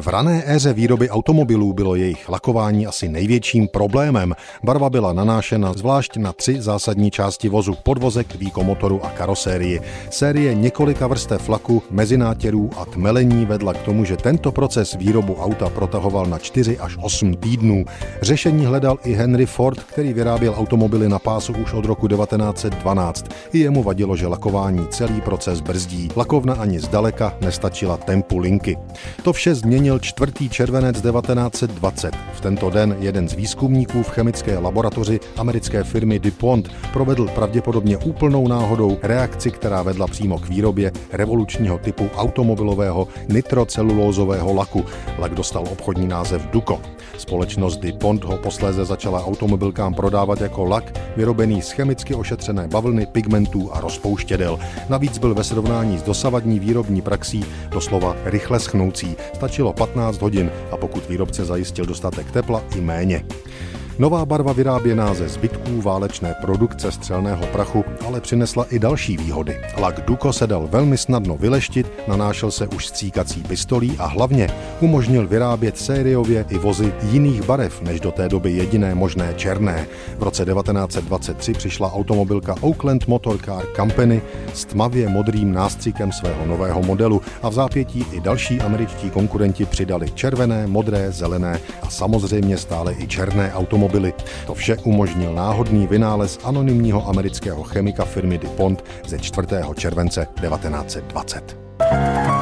V rané éře výroby automobilů bylo jejich lakování asi největším problémem. Barva byla nanášena zvlášť na 3 zásadní části vozu: podvozek, výkomotoru a karosérii. Série několika vrstev laku, mezinátěrů a tmelení vedla k tomu, že tento proces výrobu auta protahoval na 4 až 8 týdnů. Řešení hledal i Henry Ford, který vyráběl automobily na pásu už od roku 1912. I jemu vadilo, že lakování celý proces brzdí. Lakovna ani zdaleka nestačila tempu linky. To vše změnil 4. červenec 1920. V tento den jeden z výzkumníků v chemické laboratoři americké firmy DuPont provedl pravděpodobně úplnou náhodou reakci, která vedla přímo k výrobě revolučního typu automobilového nitrocelulózového laku. Lak dostal obchodní název Duco. Společnost DuPont ho posléze začala automobilkám prodávat jako lak vyrobený z chemicky ošetřené bavlny, pigmentů a rozpouštědel. Navíc byl ve srovnání s dosavadní výrobní praxí doslova rychle schnoucí. Stačilo 15 hodin a pokud výrobce zajistil dostatek tepla, i méně. Nová barva vyráběná ze zbytků válečné produkce střelného prachu ale přinesla i další výhody. Lak Duco se dal velmi snadno vyleštit, nanášel se už stříkací pistolí a hlavně umožnil vyrábět sériově i vozy jiných barev než do té doby jediné možné černé. V roce 1923 přišla automobilka Oakland Motor Car Company s tmavě modrým nástřikem svého nového modelu a v zápětí i další američtí konkurenti přidali červené, modré, zelené a samozřejmě stále i černé automobily. To vše umožnil náhodný vynález anonymního amerického chemika firmy DuPont ze 4. července 1920.